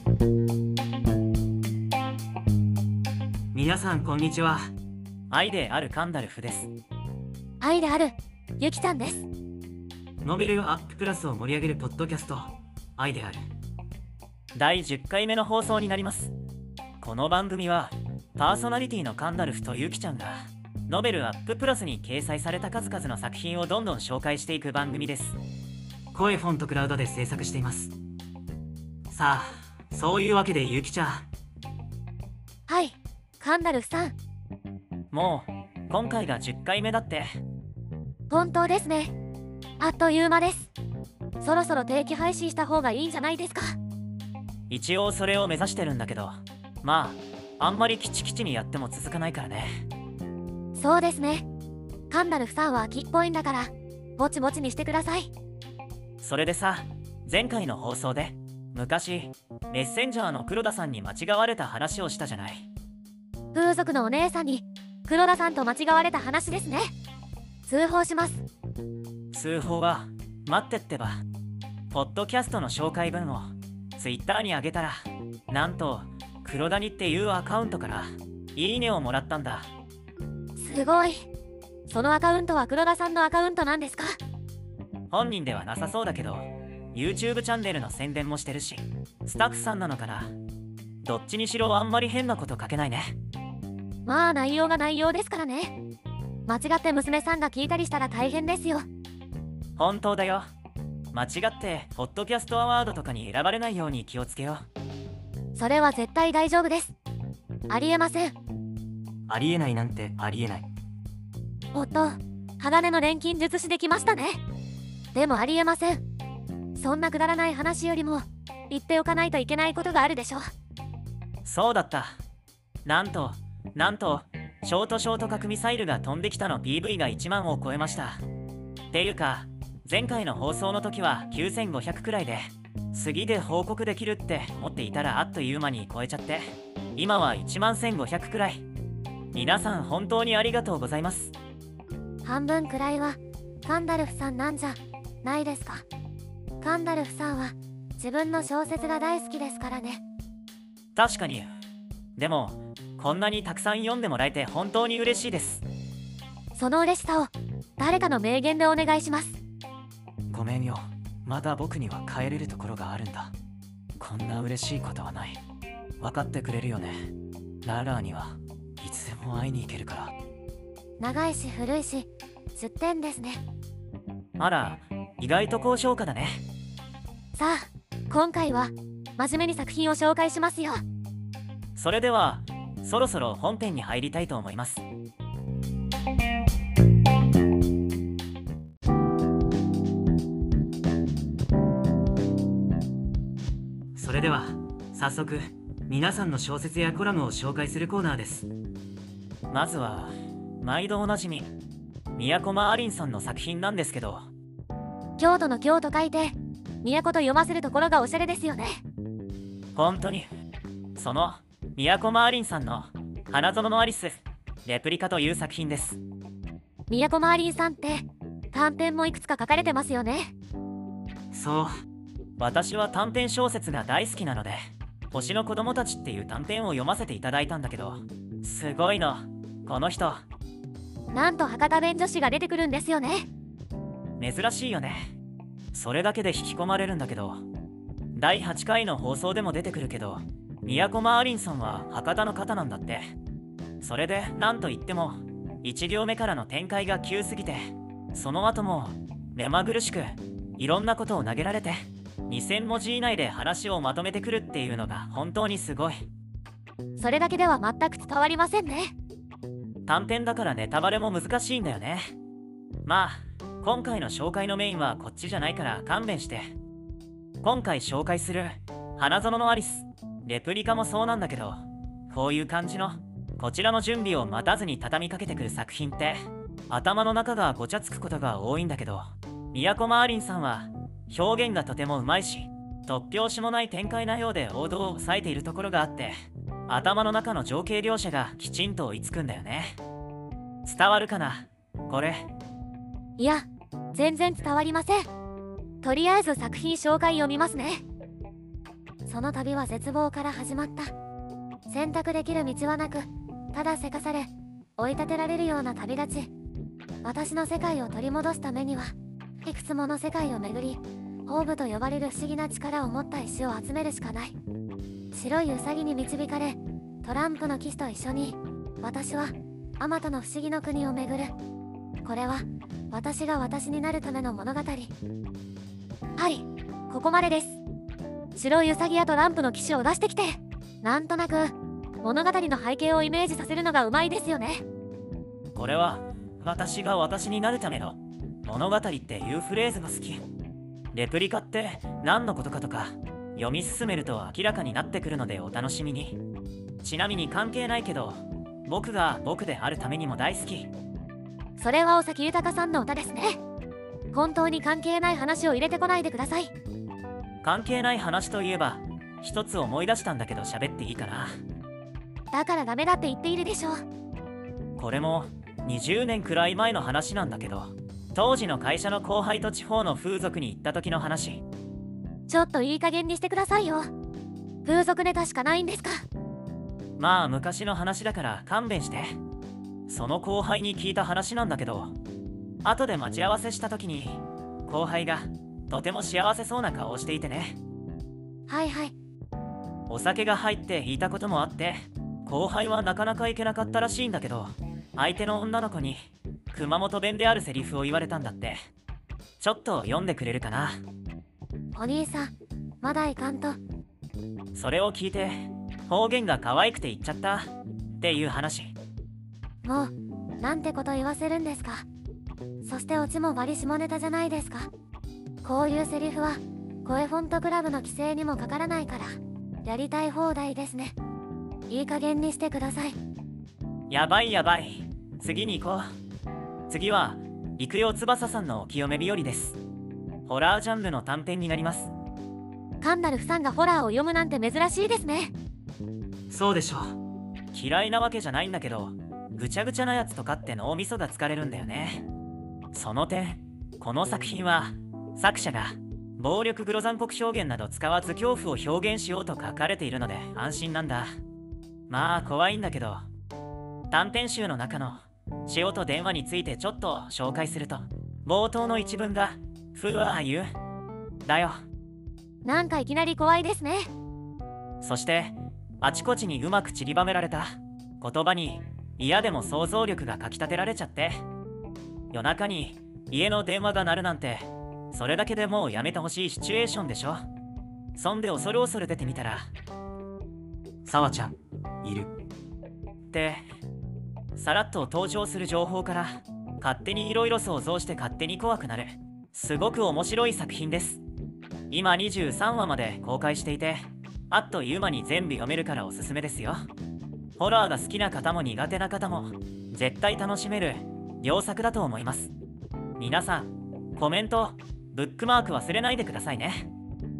皆さんこんにちは。愛であるカンダルフです。 愛であるゆきちゃんです。 ノベルアッププラスを盛り上げるポッドキャスト、愛である第10回目の放送になります。この番組はパーソナリティのカンダルフとゆきちゃんがノベルアッププラスに掲載された数々の作品をどんどん紹介していく番組です。声フォントクラウドで制作しています。さあ、そういうわけでゆきちゃん。 はい、カンダルフさん。 もう今回が10回目だって。 本当ですね。あっという間です。そろそろ定期配信した方がいいんじゃないですか。 一応それを目指してるんだけど、まああんまりキチキチにやっても続かないからね。 そうですね。カンダルフさんは秋っぽいんだからぼちぼちにしてください。 それでさ、前回の放送で昔メッセンジャーの黒田さんに間違われた話をしたじゃない。 風俗のお姉さんに黒田さんと間違われた話ですね。通報します。 通報は待ってってば。ポッドキャストの紹介文をツイッターに上げたら、なんと黒谷っていうアカウントからいいねをもらったんだ。 すごい。そのアカウントは黒田さんのアカウントなんですか？ 本人ではなさそうだけど YouTube チャンネルの宣伝もしてるし、スタッフさんなのかな。どっちにしろあんまり変なこと書けないね。 まあ内容が内容ですからね。間違って娘さんが聞いたりしたら大変ですよ。 本当だよ。間違ってポッドキャストアワードとかに選ばれないように気をつけよう。それは絶対大丈夫です。ありえません。 ありえないなんてありえない。 おっと、鋼の錬金術師できましたね。でもありえません。そんなくだらない話よりも言っておかないといけないことがあるでしょ。 そうだった。なんとショート核ミサイルが飛んできたの PV が1万を超えました。っていうか前回の放送の時は9500くらいで、次で報告できるって思っていたらあっという間に超えちゃって、今は11500くらい。皆さん本当にありがとうございます。 半分くらいはカンダルフさんなんじゃないですか。カンダルフさんは自分の小説が大好きですからね。 確かに。でもこんなにたくさん読んでもらえて本当に嬉しいです。 その嬉しさを誰かの名言でお願いします。 ごめんよ、まだ僕には帰れるところがあるんだ。こんな嬉しいことはない。分かってくれるよね。ララーにはいつでも会いに行けるから。 長いし古いし10点ですね。 あら、意外と高評価だね。 さあ、今回は真面目に作品を紹介しますよ。 それではそろそろ本編に入りたいと思います。それでは早速皆さんの小説やコラムを紹介するコーナーです。まずは毎度おなじみ宮駒ありんさんの作品なんですけど、 京都の京と書いて都と読ませるところがおしゃれですよね。 本当に。その宮駒ありんさんの花園のアリスレプリカという作品です。 宮駒ありんさんって短編もいくつか書かれてますよね。 そう、私は短編小説が大好きなので星の子供たちっていう短編を読ませていただいたんだけど、すごいのこの人。 なんと博多弁女子が出てくるんですよね。 珍しいよね。それだけで引き込まれるんだけど、第8回の放送でも出てくるけど宮駒ありんさんは博多の方なんだって。それでなんといっても1行目からの展開が急すぎて、その後も目まぐるしくいろんなことを投げられて2000文字以内で話をまとめてくるっていうのが本当にすごい。 それだけでは全く伝わりませんね。 短編だからネタバレも難しいんだよね。まあ今回の紹介のメインはこっちじゃないから勘弁して。今回紹介する花園のアリスレプリカもそうなんだけど、こういう感じのこちらの準備を待たずに畳みかけてくる作品って頭の中がごちゃつくことが多いんだけど、宮駒ありんさんは表現がとてもうまいし、突拍子もない展開なようで王道を抑えているところがあって、頭の中の情景描写がきちんと追いつくんだよね。伝わるかなこれ。 いや、全然伝わりません。とりあえず作品紹介読みますね。 その旅は絶望から始まった。選択できる道はなく、ただせかされ追い立てられるような旅立ち。私の世界を取り戻すためには、いくつもの世界を巡り、ホーブと呼ばれる不思議な力を持った石を集めるしかない。白いウサギに導かれ、トランプの騎士と一緒に私はあまたの不思議の国を巡る。これは私が私になるための物語。はい、ここまでです。白いウサギやトランプの騎士を出してきて、なんとなく物語の背景をイメージさせるのがうまいですよね。 これは私が私になるための物語っていうフレーズが好き。レプリカって何のことかとか読み進めると明らかになってくるのでお楽しみに。ちなみに関係ないけど、僕が僕であるためにも大好き。 それは尾崎豊さんの歌ですね。本当に関係ない話を入れてこないでください。 関係ない話といえば一つ思い出したんだけど喋っていいかな。 だからダメだって言っているでしょ。 これも20年くらい前の話なんだけど、当時の会社の後輩と地方の風俗に行った時の話。 ちょっといい加減にしてくださいよ。風俗ネタしかないんですか。 まあ昔の話だから勘弁して。その後輩に聞いた話なんだけど、後で待ち合わせした時に後輩がとても幸せそうな顔をしていてね。 はいはい。 お酒が入っていたこともあって、後輩はなかなか行けなかったらしいんだけど、相手の女の子に熊本弁であるセリフを言われたんだって。ちょっと読んでくれるかな。 お兄さん、まだいかんと。 それを聞いて方言が可愛くて言っちゃったっていう話。 もうなんてこと言わせるんですか。そしてオチもバリ下ネタじゃないですか。こういうセリフは声フォントクラブの規制にもかからないから、やりたい放題ですね。いい加減にしてください。 やばいやばい。次に行こう。次は陸陽翼さんのお清め日和です。ホラージャンルの短編になります。 カンダルフさんがホラーを読むなんて珍しいですね。 そうでしょう。嫌いなわけじゃないんだけど、ぐちゃぐちゃなやつとかって脳みそが疲れるんだよね。その点この作品は作者が暴力グロ残酷表現など使わず恐怖を表現しようと書かれているので安心なんだ。まあ怖いんだけど、短編集の中の塩と電話についてちょっと紹介すると、冒頭の一文がふわ言うだよ。 なんかいきなり怖いですね。 そしてあちこちにうまく散りばめられた言葉に嫌でも想像力がかきたてられちゃって、夜中に家の電話が鳴るなんて、それだけでもうやめてほしいシチュエーションでしょ。そんで恐る恐る出てみたら、さわちゃんいるってさらっと登場する情報から勝手にいろいろ想像して勝手に怖くなる、すごく面白い作品です。今23話まで公開していて、あっという間に全部読めるからおすすめですよ。ホラーが好きな方も苦手な方も絶対楽しめる良作だと思います。皆さんコメント、ブックマーク忘れないでくださいね。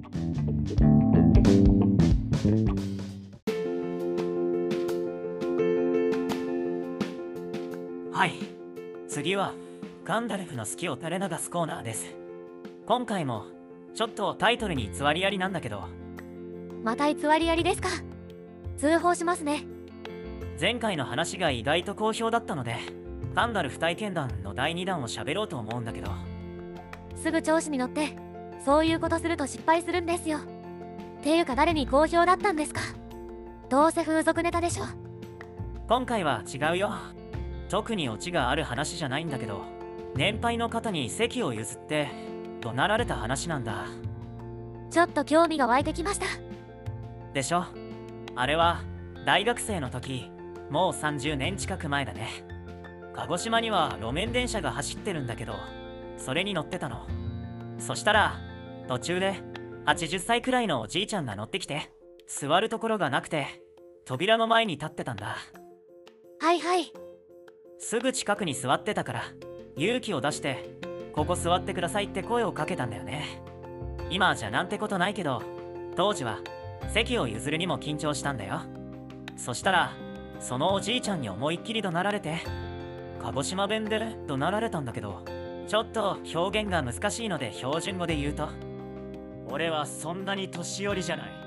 はい、次はガンダルフの好きを垂れ流すコーナーです。今回もちょっとタイトルに偽りありなんだけど。 また偽りありですか。通報しますね。 前回の話が意外と好評だったので、ガンダルフ体験談の第2弾を喋ろうと思うんだけど。 すぐ調子に乗ってそういうことすると失敗するんですよ。ていうか誰に好評だったんですか。どうせ風俗ネタでしょ。 今回は違うよ。特にオチがある話じゃないんだけど、年配の方に席を譲って怒鳴られた話なんだ。 ちょっと興味が湧いてきました。 でしょ。あれは大学生の時、もう30年近く前だね。鹿児島には路面電車が走ってるんだけど、それに乗ってたの。そしたら途中で80歳くらいのおじいちゃんが乗ってきて、座るところがなくて扉の前に立ってたんだ。 はいはい。 すぐ近くに座ってたから勇気を出してここ座ってくださいって声をかけたんだよね。今じゃなんてことないけど、当時は席を譲るにも緊張したんだよ。そしたらそのおじいちゃんに思いっきり怒鳴られて、鹿児島弁で怒鳴られたんだけど、ちょっと表現が難しいので標準語で言うと、俺はそんなに年寄りじゃない。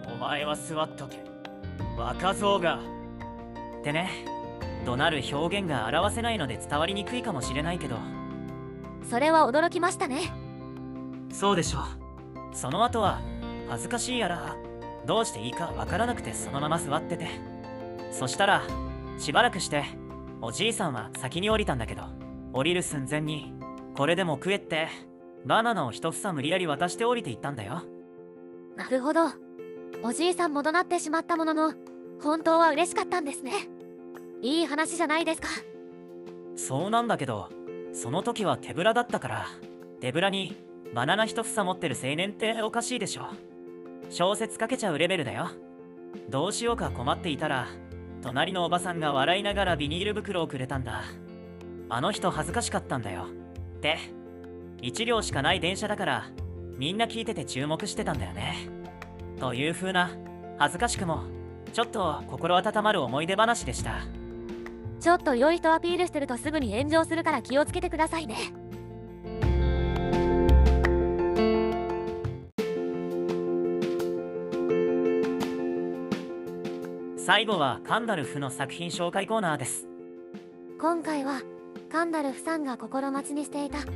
お前は座っとけ。若造が。ってね、怒鳴る表現が表せないので伝わりにくいかもしれないけど。 それは驚きましたね。 そうでしょう。その後は恥ずかしいやらどうしていいかわからなくてそのまま座ってて、そしたらしばらくしておじいさんは先に降りたんだけど、降りる寸前にこれでも食えってバナナを一房無理やり渡して降りていったんだよ。 なるほど。おじいさんも怒鳴ってしまったものの、本当は嬉しかったんですね。いい話じゃないですか。 そうなんだけど、その時は手ぶらだったから、手ぶらにバナナ一房持ってる青年っておかしいでしょ。小説書けちゃうレベルだよ。どうしようか困っていたら、隣のおばさんが笑いながらビニール袋をくれたんだ。あの人恥ずかしかったんだよ。で、1両しかない電車だからみんな聞いてて注目してたんだよね。という風な恥ずかしくもちょっと心温まる思い出話でした。 ちょっと良い人アピールしてるとすぐに炎上するから気をつけてくださいね。 最後はカンダルフの作品紹介コーナーです。 今回はカンダルフさんが心待ちにしていた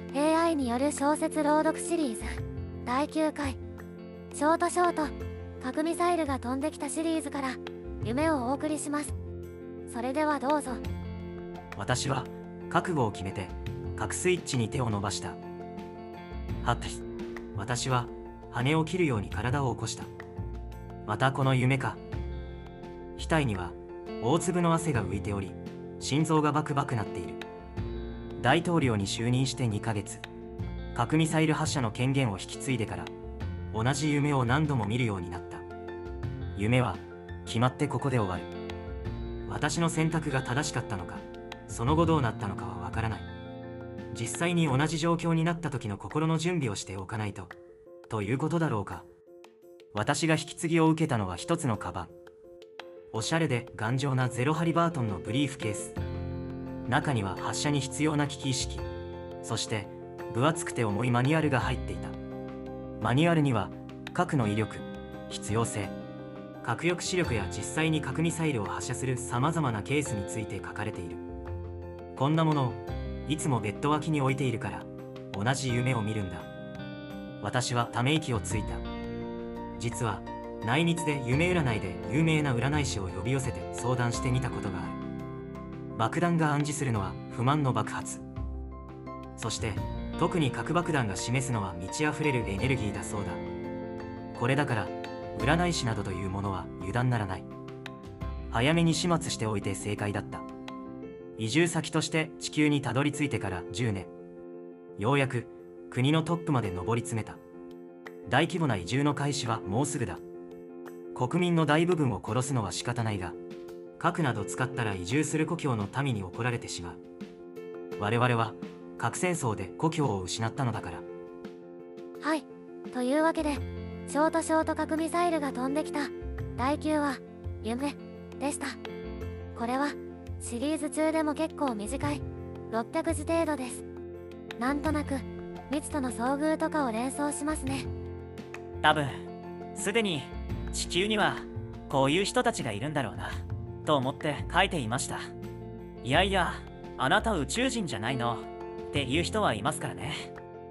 AI による小説朗読シリーズ第9回ショート核ミサイルが飛んできたシリーズから夢をお送りします。それではどうぞ。 私は覚悟を決めて核スイッチに手を伸ばした。はって私は羽を切るように体を起こした。またこの夢か。額には大粒の汗が浮いており、心臓がバクバクなっている。大統領に就任して2ヶ月、核ミサイル発射の権限を引き継いでから同じ夢を何度も見るようになった。夢は決まってここで終わる。私の選択が正しかったのか、その後どうなったのかはわからない。実際に同じ状況になった時の心の準備をしておかないということだろうか。私が引き継ぎを受けたのは一つのカバン。おしゃれで頑丈なゼロハリバートンのブリーフケース。中には発射に必要な危機意識、そして分厚くて重いマニュアルが入っていた。マニュアルには核の威力、必要性、核抑止力や実際に核ミサイルを発射するさまざまなケースについて書かれている。こんなものをいつもベッド脇に置いているから同じ夢を見るんだ。私はため息をついた。実は内密で夢占いで有名な占い師を呼び寄せて相談してみたことがある。爆弾が暗示するのは不満の爆発、そして特に核爆弾が示すのは満ち溢れるエネルギーだそうだ。これだから占い師などというものは油断ならない。早めに始末しておいて正解だった。移住先として地球にたどり着いてから10年、ようやく国のトップまで上り詰めた。大規模な移住の開始はもうすぐだ。国民の大部分を殺すのは仕方ないが、核など使ったら移住する故郷の民に怒られてしまう。我々は核戦争で故郷を失ったのだから。 はい、というわけでショート核ミサイルが飛んできた第9話夢でした。これはシリーズ中でも結構短い600字程度です。なんとなく未知との遭遇とかを連想しますね。 多分すでに地球にはこういう人たちがいるんだろうなと思って書いていました。いやいや、あなた宇宙人じゃないのっていう人はいますからね。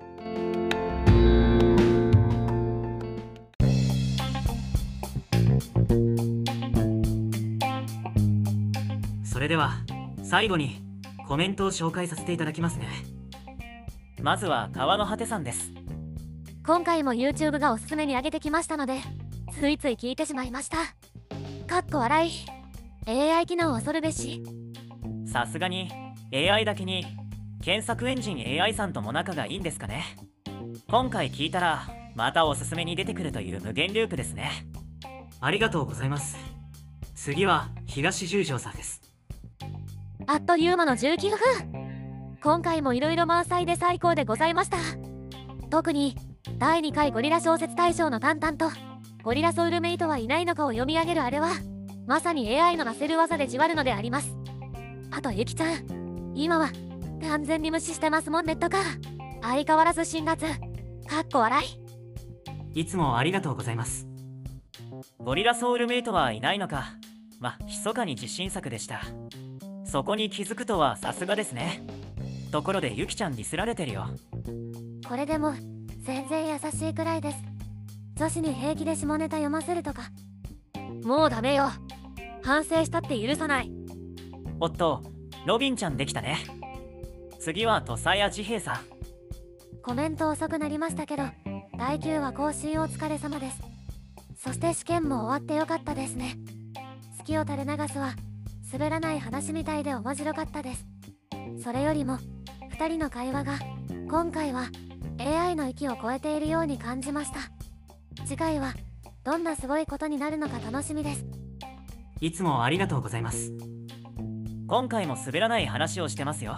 それでは最後にコメントを紹介させていただきますね。 まずは川の果てさんです。 今回も YouTube がおすすめに上げてきましたのでついつい聞いてしまいました。かっこ笑い。 AI 機能恐るべし。 さすがに AI だけに検索エンジン AI さんとも仲がいいんですかね。今回聞いたらまたおすすめに出てくるという無限ループですね。 ありがとうございます。次は東十条さんです。 あっという間の19分。今回もいろいろ満載で最高でございました。特に第2回ゴリラ小説大賞の淡々とゴリラソウルメイトはいないのかを読み上げるあれはまさに AI のなせる技でじわるのであります。あとゆきちゃん、今は完全に無視してますもんねとか。相変わらず辛辣。かっこ笑い。 いつもありがとうございます。 ゴリラソウルメイトはいないのか。密かに自信作でした。そこに気づくとはさすがですね。ところでユキちゃんディスられてるよ。 これでも全然優しいくらいです。女子に平気で下ネタ読ませるとか。もうダメよ。反省したって許さない。 おっと、ロビンちゃんできたね。次は土佐や治平さん。 コメント遅くなりましたけど、第9話更新お疲れ様です。そして試験も終わってよかったですね。好きを垂れ流すは滑らない話みたいで面白かったです。それよりも2人の会話が今回は AI の域を超えているように感じました。次回はどんなすごいことになるのか楽しみです。 いつもありがとうございます。 今回も滑らない話をしてますよ。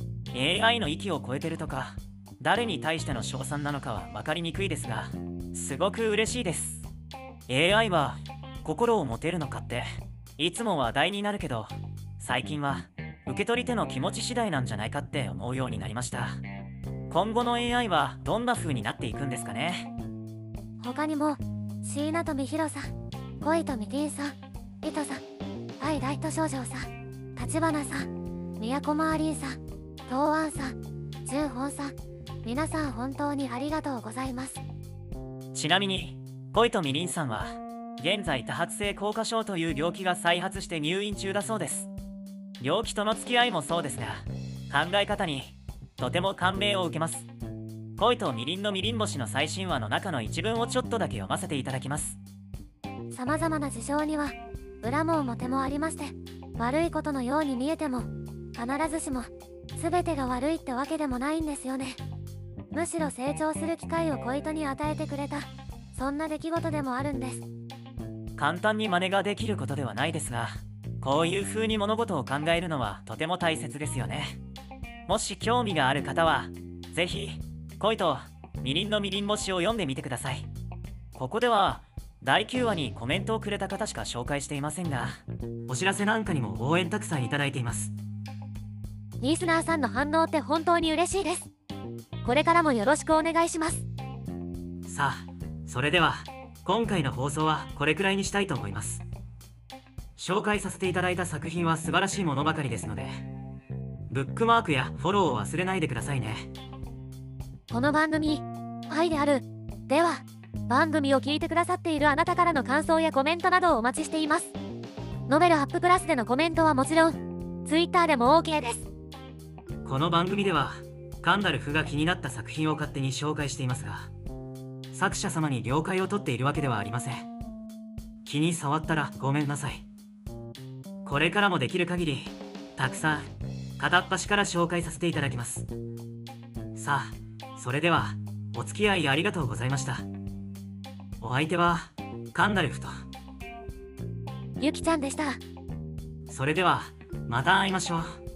AI の域を超えてるとか誰に対しての称賛なのかは分かりにくいですが、すごく嬉しいです。 AI は心を持てるのかっていつも話題になるけど、最近は受け取り手の気持ち次第なんじゃないかって思うようになりました。今後の AI はどんな風になっていくんですかね。 他にも椎名富弘さん、恋とみりんさん、糸さん、愛ライト少女さん、立花さん、宮古マーリンさん、東安さん、純本さん、皆さん本当にありがとうございます。 ちなみに恋とみりんさんは現在多発性硬化症という病気が再発して入院中だそうです。病気との付き合いもそうですが、考え方にとても感銘を受けます。恋とみりんのみりん星の最新話の中の一文をちょっとだけ読ませていただきます。 さまざまな事象には裏も表もありまして、悪いことのように見えても必ずしも全てが悪いってわけでもないんですよね。むしろ成長する機会を恋人に与えてくれた、そんな出来事でもあるんです。 簡単に真似ができることではないですが、こういう風に物事を考えるのはとても大切ですよね。もし興味がある方はぜひ恋とみりんのみりん星を読んでみてください。ここでは第9話にコメントをくれた方しか紹介していませんが、 お知らせなんかにも応援たくさんいただいています。 リスナーさんの反応って本当に嬉しいです。これからもよろしくお願いします。 さあ、それでは今回の放送はこれくらいにしたいと思います。紹介させていただいた作品は素晴らしいものばかりですので、ブックマークやフォローを忘れないでくださいね。 この番組愛である。では番組を聞いてくださっているあなたからの感想やコメントなどをお待ちしています。ノベルアッププラスでのコメントはもちろん Twitter でも OK です。 この番組ではガンダルフが気になった作品を勝手に紹介していますが、作者様に了解を取っているわけではありません。気に障ったらごめんなさい。これからもできる限りたくさん片っ端から紹介させていただきます。さあ、それではお付き合いありがとうございました。お相手はガンダルフとゆきちゃんでした。 それではまた会いましょう。